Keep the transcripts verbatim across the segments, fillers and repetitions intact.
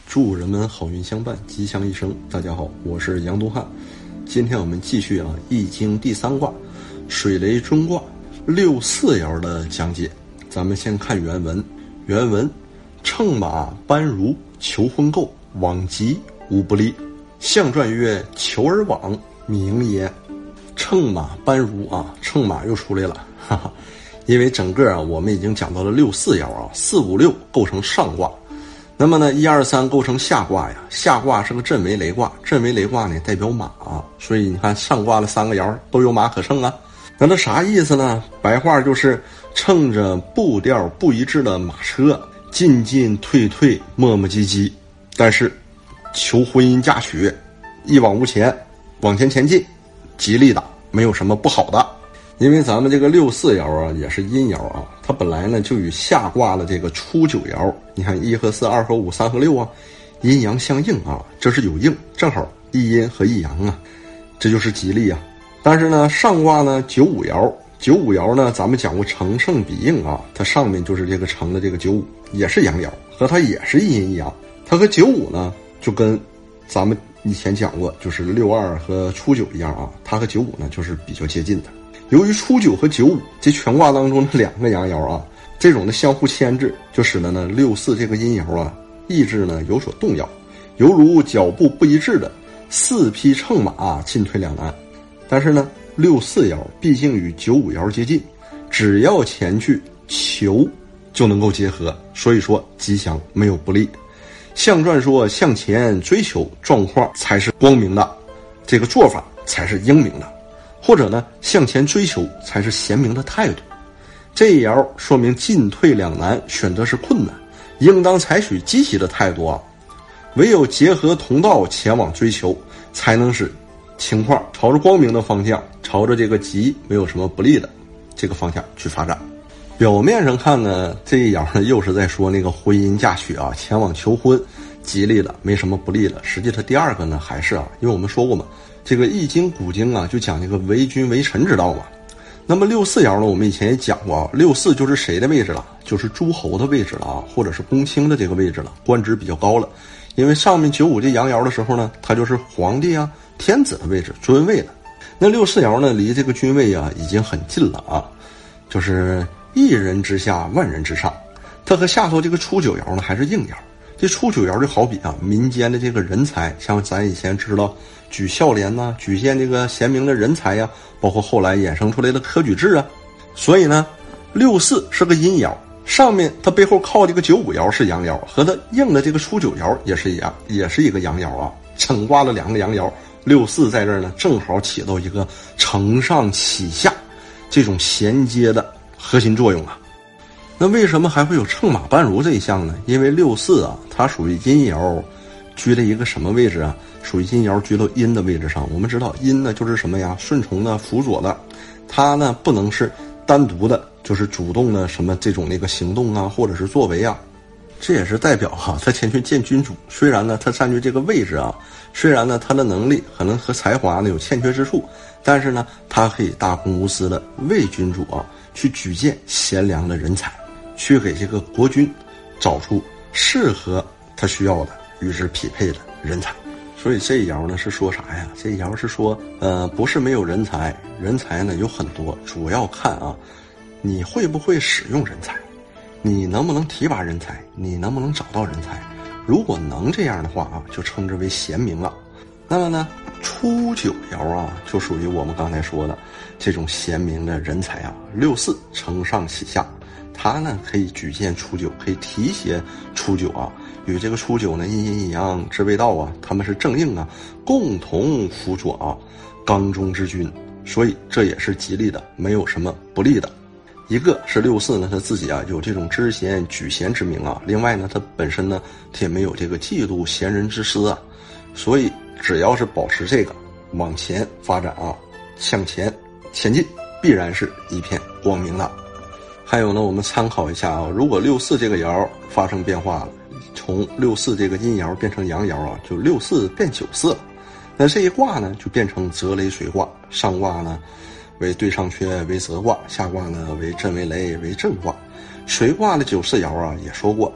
祝人们好运相伴，吉祥一生。大家好，我是杨东汉。今天我们继续啊《易经》第三卦水雷尊卦六四爻的讲解。咱们先看原文。原文：乘马班如，求婚媾，往吉无不利。象传曰：求而往，名也。乘马班如啊，乘马又出来了，哈哈。因为整个啊，我们已经讲到了六四爻啊，四五六构成上卦。那么呢，一二三构成下卦呀。下卦是个震为雷卦，震为雷卦呢代表马啊，所以你看上卦的三个爻都有马可乘啊。那它啥意思呢？白话就是乘着步调不一致的马车，进进退退，磨磨唧唧，但是求婚姻嫁娶，一往无前，往前前进，吉利的，没有什么不好的。因为咱们这个六四爻啊也是阴爻啊，它本来呢就与下卦的这个初九爻，你看一和四，二和五，三和六啊，阴阳相应啊，这是有应，正好一阴和一阳啊，这就是吉利啊。但是呢上卦呢九五爻，九五爻呢咱们讲过乘胜比应啊，它上面就是这个乘的这个九五，也是阳爻，和它也是一阴一阳，它和九五呢就跟咱们以前讲过就是六二和初九一样啊，它和九五呢就是比较接近的。由于初九和九五这全卦当中的两个阳爻啊，这种的相互牵制，就使得呢六四这个阴爻啊意志呢有所动摇，犹如脚步不一致的四匹乘马、啊、进退两难。但是呢六四爻毕竟与九五爻接近，只要前去求就能够结合，所以说吉祥，没有不利。象传说向前追求状况才是光明的，这个做法才是英明的，或者呢向前追求才是贤明的态度。这一爻说明进退两难，选择是困难，应当采取积极的态度啊。唯有结合同道前往追求，才能使情况朝着光明的方向，朝着这个吉没有什么不利的这个方向去发展。表面上看呢，这一爻呢又是在说那个婚姻嫁娶啊，前往求婚，吉利的，没什么不利的。实际它第二个呢还是啊，因为我们说过嘛，这个易经古经啊就讲这个为君为臣之道嘛。那么六四爻呢我们以前也讲过啊，六四就是谁的位置了？就是诸侯的位置了啊，或者是公卿的这个位置了，官职比较高了。因为上面九五这阳爻的时候呢，它就是皇帝啊天子的位置，尊位的。那六四爻呢离这个君位啊已经很近了啊，就是一人之下万人之上。它和下头这个初九爻呢还是应爻。这初九爻就好比啊民间的这个人才，像咱以前知道举孝廉呐、啊，举荐这个贤明的人才呀、啊，包括后来衍生出来的科举制啊。所以呢六四是个阴爻，上面它背后靠这个九五爻是阳爻，和它应的这个初九爻也是一样，也是一个阳爻啊，承挂了两个阳爻。六四在这儿呢正好起到一个承上启下这种衔接的核心作用啊。那为什么还会有乘马班如这一项呢？因为六四啊它属于阴爻，居在一个什么位置啊？属于阴爻居到阴的位置上。我们知道阴呢就是什么呀？顺从的、辅佐的，它呢不能是单独的，就是主动的什么这种那个行动啊，或者是作为啊。这也是代表哈、啊，他前去见君主，虽然呢他占据这个位置啊，虽然呢他的能力可能和才华呢有欠缺之处，但是呢他可以大公无私的为君主啊去举荐贤良的人才，去给这个国君找出适合他需要的与之匹配的人才。所以这一爻呢是说啥呀？这一爻是说呃不是没有人才，人才呢有很多，主要看啊你会不会使用人才，你能不能提拔人才，你能不能找到人才。如果能这样的话啊，就称之为贤明了。那么呢初九爻啊就属于我们刚才说的这种贤明的人才啊。六四承上启下，他呢可以举荐初九，可以提携初九啊，与这个初九呢阴阴阴阳之谓道啊，他们是正应啊，共同辅佐啊刚中之君，所以这也是吉利的，没有什么不利的。一个是六四呢他自己啊有这种知贤举贤之名啊，另外呢他本身呢他也没有这个嫉妒贤人之私啊，所以只要是保持这个往前发展啊，向前前进，必然是一片光明的。还有呢我们参考一下啊，如果六四这个爻发生变化了，从六四这个阴爻变成阳爻啊，就六四变九四了，那这一卦呢就变成泽雷水卦，上卦呢为对上缺为泽卦，下卦呢为震为雷为震卦。水卦的九四爻啊也说过，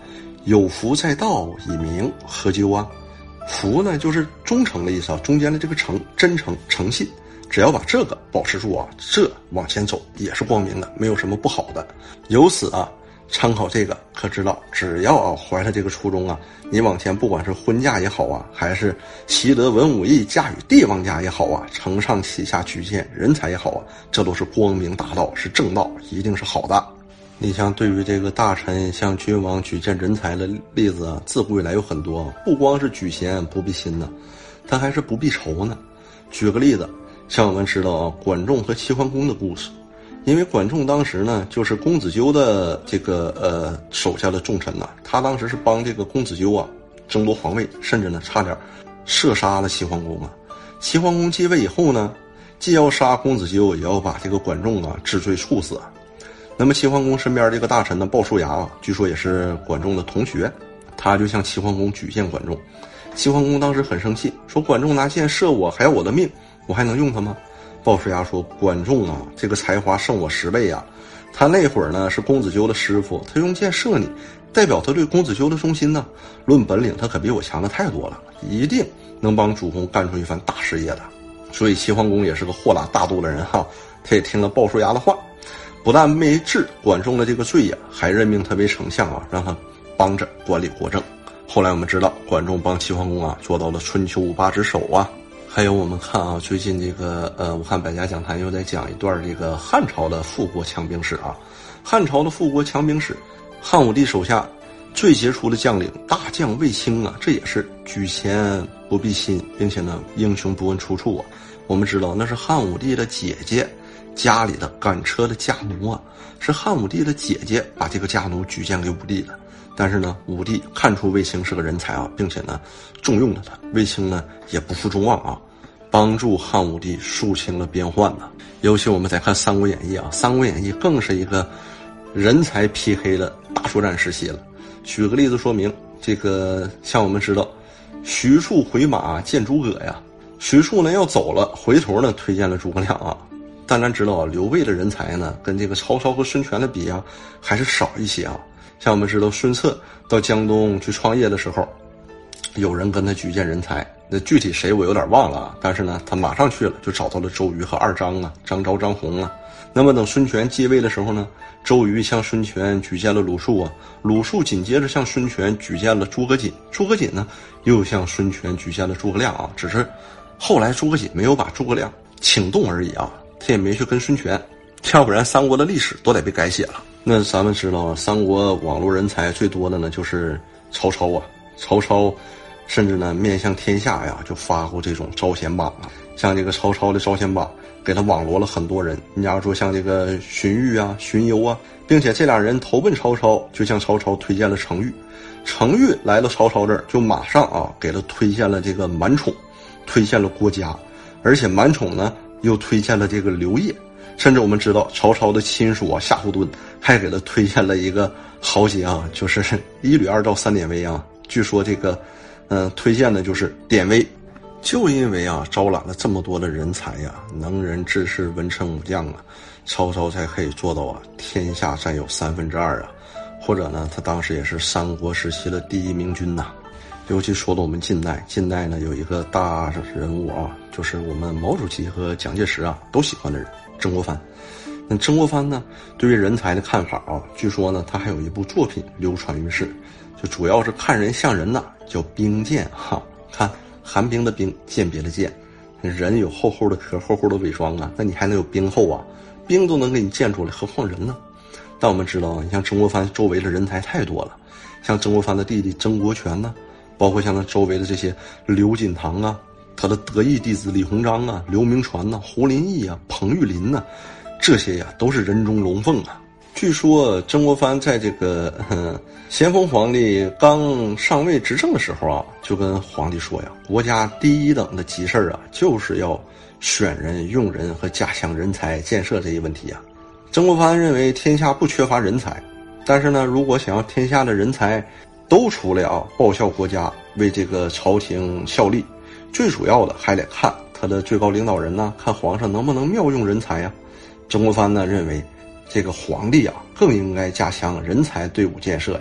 有福在道，以明何咎啊？福呢，就是忠诚的意思啊，中间的这个诚，真诚、诚信，只要把这个保持住啊，这往前走也是光明的，没有什么不好的。由此啊，参考这个，可知道只要啊怀着这个初衷啊，你往前不管是婚嫁也好啊，还是习得文武艺，嫁与帝王家也好啊，承上启下举荐人才也好啊，这都是光明大道，是正道，一定是好的。你像对于这个大臣向君王举荐人才的例子啊，自古以来有很多，不光是举贤不必心呢，他还是不必愁呢。举个例子，像我们知道啊，管仲和齐桓公的故事。因为管仲当时呢，就是公子纠的这个呃手下的重臣呐、啊，他当时是帮这个公子纠啊争夺皇位，甚至呢差点射杀了齐桓公啊。齐桓公继位以后呢，既要杀公子纠，也要把这个管仲啊治罪处死啊。那么齐桓公身边这个大臣呢，鲍叔牙啊，据说也是管仲的同学，他就向齐桓公举荐管仲。齐桓公当时很生气，说管仲拿箭射我，还要我的命，我还能用他吗？鲍叔牙说，管仲啊，这个才华胜我十倍啊，他那会儿呢是公子纠的师傅，他用箭射你，代表他对公子纠的忠心呢。论本领，他可比我强的太多了，一定能帮主公干出一番大事业的。所以齐桓公也是个豁达大度的人哈，他也听了鲍叔牙的话，不但没治管仲的这个罪呀，还任命他为丞相啊，让他帮着管理国政。后来我们知道，管仲帮齐桓公啊做到了春秋五霸之首啊。还有我们看啊，最近这个呃武汉百家讲坛又在讲一段这个汉朝的富国强兵史啊。汉朝的富国强兵史，汉武帝手下最杰出的将领大将卫青啊，这也是举贤不避亲，并且呢英雄不问出处啊。我们知道那是汉武帝的姐姐家里的赶车的家奴啊，是汉武帝的姐姐把这个家奴举荐给武帝的。但是呢，武帝看出卫青是个人才啊，并且呢重用了他。卫青呢也不负众望啊，帮助汉武帝肃清了边患呢。尤其我们再看《三国演义》啊，《三国演义》更是一个人才 P K 的大作战时期了。举个例子说明，这个像我们知道，徐庶回马见诸葛呀，徐庶呢要走了，回头呢推荐了诸葛亮啊。但咱知道啊，刘备的人才呢跟这个曹操和孙权的比啊，还是少一些啊。像我们知道，孙策到江东去创业的时候，有人跟他举荐人才，那具体谁我有点忘了啊。但是呢，他马上去了，就找到了周瑜和二张啊，张昭、张宏啊。那么等孙权继位的时候呢，周瑜向孙权举荐了鲁肃啊，鲁肃紧接着向孙权举荐了诸葛瑾，诸葛瑾呢又向孙权举荐了诸葛亮啊。只是后来诸葛瑾没有把诸葛亮请动而已啊，他也没去跟孙权，要不然三国的历史都得被改写了。那咱们知道，三国网络人才最多的呢就是曹操啊，曹操甚至呢面向天下呀，就发过这种招贤榜啊。像这个曹操的招贤榜，给他网罗了很多人。你假如说像这个荀彧啊、荀攸啊，并且这俩人投奔曹操，就向曹操推荐了程昱。程昱来到曹操这儿，就马上啊给他推荐了这个满宠，推荐了郭嘉，而且满宠呢又推荐了这个刘烨。甚至我们知道曹操的亲属啊夏侯惇还给他推荐了一个豪杰啊，就是一吕二赵三典韦啊。据说这个嗯、呃、推荐的就是典韦。就因为啊招揽了这么多的人才呀、啊，能人志士文臣武将啊，曹操才可以做到啊天下占有三分之二啊。或者呢他当时也是三国时期的第一明君呐、啊。尤其说到我们近代，近代呢有一个大人物啊，就是我们毛主席和蒋介石啊都喜欢的人，曾国藩。那曾国藩呢对于人才的看法啊，据说呢他还有一部作品流传于世，就主要是看人像人呐，叫兵谏哈。看寒冰的冰，鉴别的鉴，人有厚厚的壳，厚厚的伪装啊，那你还能有冰厚啊？冰都能给你鉴出来，何况人呢？但我们知道，你像曾国藩周围的人才太多了，像曾国藩的弟弟曾国荃呢、啊，包括像他周围的这些刘锦堂啊，他的得意弟子李鸿章啊、刘铭传呐、啊、胡林翼啊、彭玉麟呐、啊，这些呀都是人中龙凤啊。据说曾国藩在这个呵咸丰皇帝刚上位执政的时候啊，就跟皇帝说呀，国家第一等的急事啊，就是要选人、用人和加强人才建设这一问题啊。曾国藩认为天下不缺乏人才，但是呢，如果想要天下的人才都出来啊，报效国家，为这个朝廷效力，最主要的还得看他的最高领导人呢，看皇上能不能妙用人才呀。曾国藩呢认为，这个皇帝啊，更应该加强人才队伍建设呀。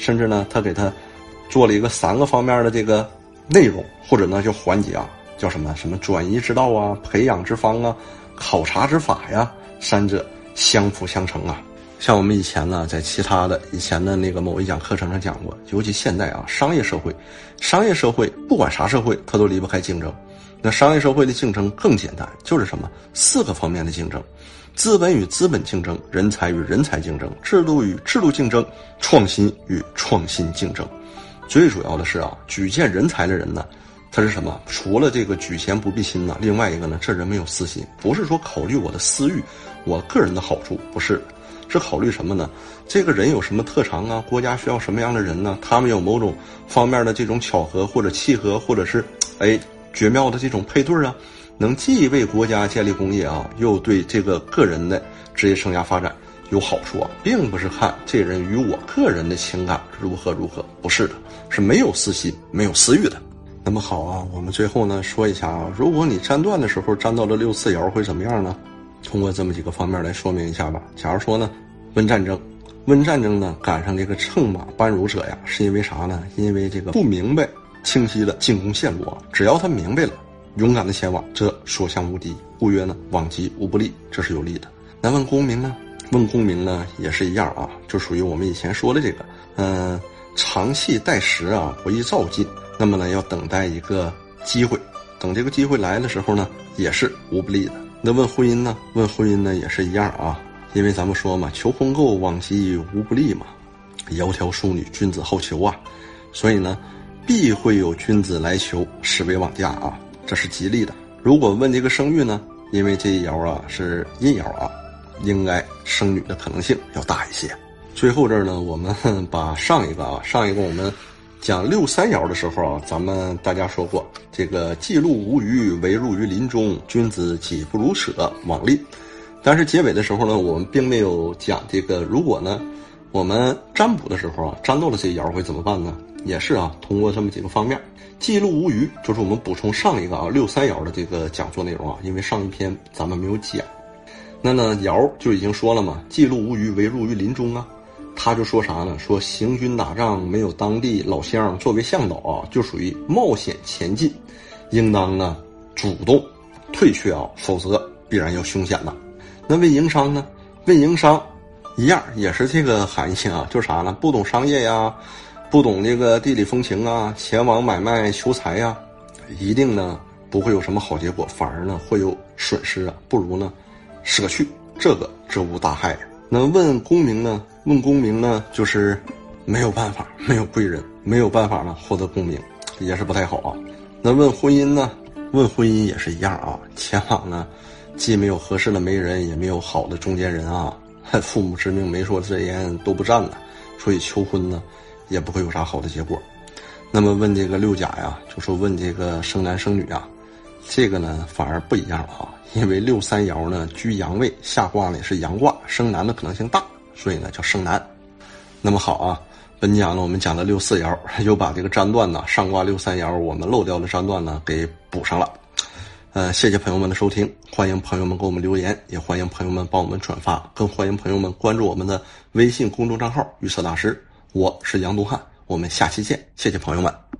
甚至呢，他给他做了一个三个方面的这个内容，或者呢叫环节啊，叫什么什么转移之道啊、培养之方啊、考察之法呀，三者相辅相成啊。像我们以前呢，在其他的以前的那个某一讲课程上讲过，尤其现在啊，商业社会，商业社会不管啥社会，它都离不开竞争。那商业社会的竞争更简单，就是什么？四个方面的竞争：资本与资本竞争，人才与人才竞争，制度与制度竞争，创新与创新竞争。最主要的是啊，举荐人才的人呢，他是什么？除了这个举贤不避亲呢，另外一个呢，这人没有私心，不是说考虑我的私欲，我个人的好处，不是。是考虑什么呢？这个人有什么特长啊？国家需要什么样的人呢？他们有某种方面的这种巧合或者契合，或者是哎绝妙的这种配对啊，能既为国家建立功业啊，又对这个个人的职业生涯发展有好处啊，并不是看这人与我个人的情感如何如何，不是的，是没有私心、没有私欲的。那么好啊，我们最后呢说一下啊，如果你占断的时候占到了六四爻会怎么样呢？通过这么几个方面来说明一下吧。假如说呢，温战争，温战争呢赶上这个乘马班儒者呀，是因为啥呢？因为这个不明白清晰的进攻线路啊，只要他明白了，勇敢的前往，这所向无敌。故曰呢，往极无不利，这是有利的。那问功名呢？问功名呢也是一样啊，就属于我们以前说的这个，嗯、呃，长期待时啊，不易躁进。那么呢，要等待一个机会，等这个机会来的时候呢，也是无不利的。那问婚姻呢？问婚姻呢也是一样啊，因为咱们说嘛，求婚购往极无不利嘛，窈窕淑女，君子好逑啊，所以呢，必会有君子来求，实为往嫁啊，这是吉利的。如果问这个生育呢，因为这一爻啊是阴爻啊，应该生女的可能性要大一些。最后这儿呢，我们把上一个啊，上一个我们讲六三爻的时候啊，咱们大家说过，这个记录无余，唯入于林中，君子己不如舍，往吝。但是结尾的时候呢，我们并没有讲这个，如果呢，我们占卜的时候啊，占到了这一爻会怎么办呢？也是啊，通过这么几个方面，记录无余，就是我们补充上一个啊六三爻的这个讲座内容啊，因为上一篇咱们没有讲。那呢，爻就已经说了嘛，记录无余，唯入于林中啊。他就说啥呢？说行军打仗没有当地老乡作为向导啊，就属于冒险前进，应当呢主动退却啊，否则必然要凶险的。那问营商呢？问营商一样也是这个含义啊，就是啥呢？不懂商业呀，不懂这个地理风情啊，前往买卖求财呀，一定呢不会有什么好结果，反而呢会有损失啊，不如呢舍去，这个这无大害。那问功名呢？问功名呢，就是没有办法，没有贵人，没有办法呢获得功名，也是不太好啊。那问婚姻呢？问婚姻也是一样啊，前往呢既没有合适的媒人，也没有好的中间人啊，父母之命媒妁之言都不占呢，所以求婚呢也不会有啥好的结果。那么问这个六甲呀，就说问这个生男生女啊，这个呢反而不一样了啊，因为六三爻呢居阳位，下卦呢也是阳卦，生男的可能性大，所以呢叫生男。那么好啊，本讲呢我们讲的六四爻，又把这个占断呢上卦六三爻我们漏掉的占断呢给补上了。呃，谢谢朋友们的收听，欢迎朋友们给我们留言，也欢迎朋友们帮我们转发，更欢迎朋友们关注我们的微信公众账号预测大师，我是杨东汉，我们下期见，谢谢朋友们。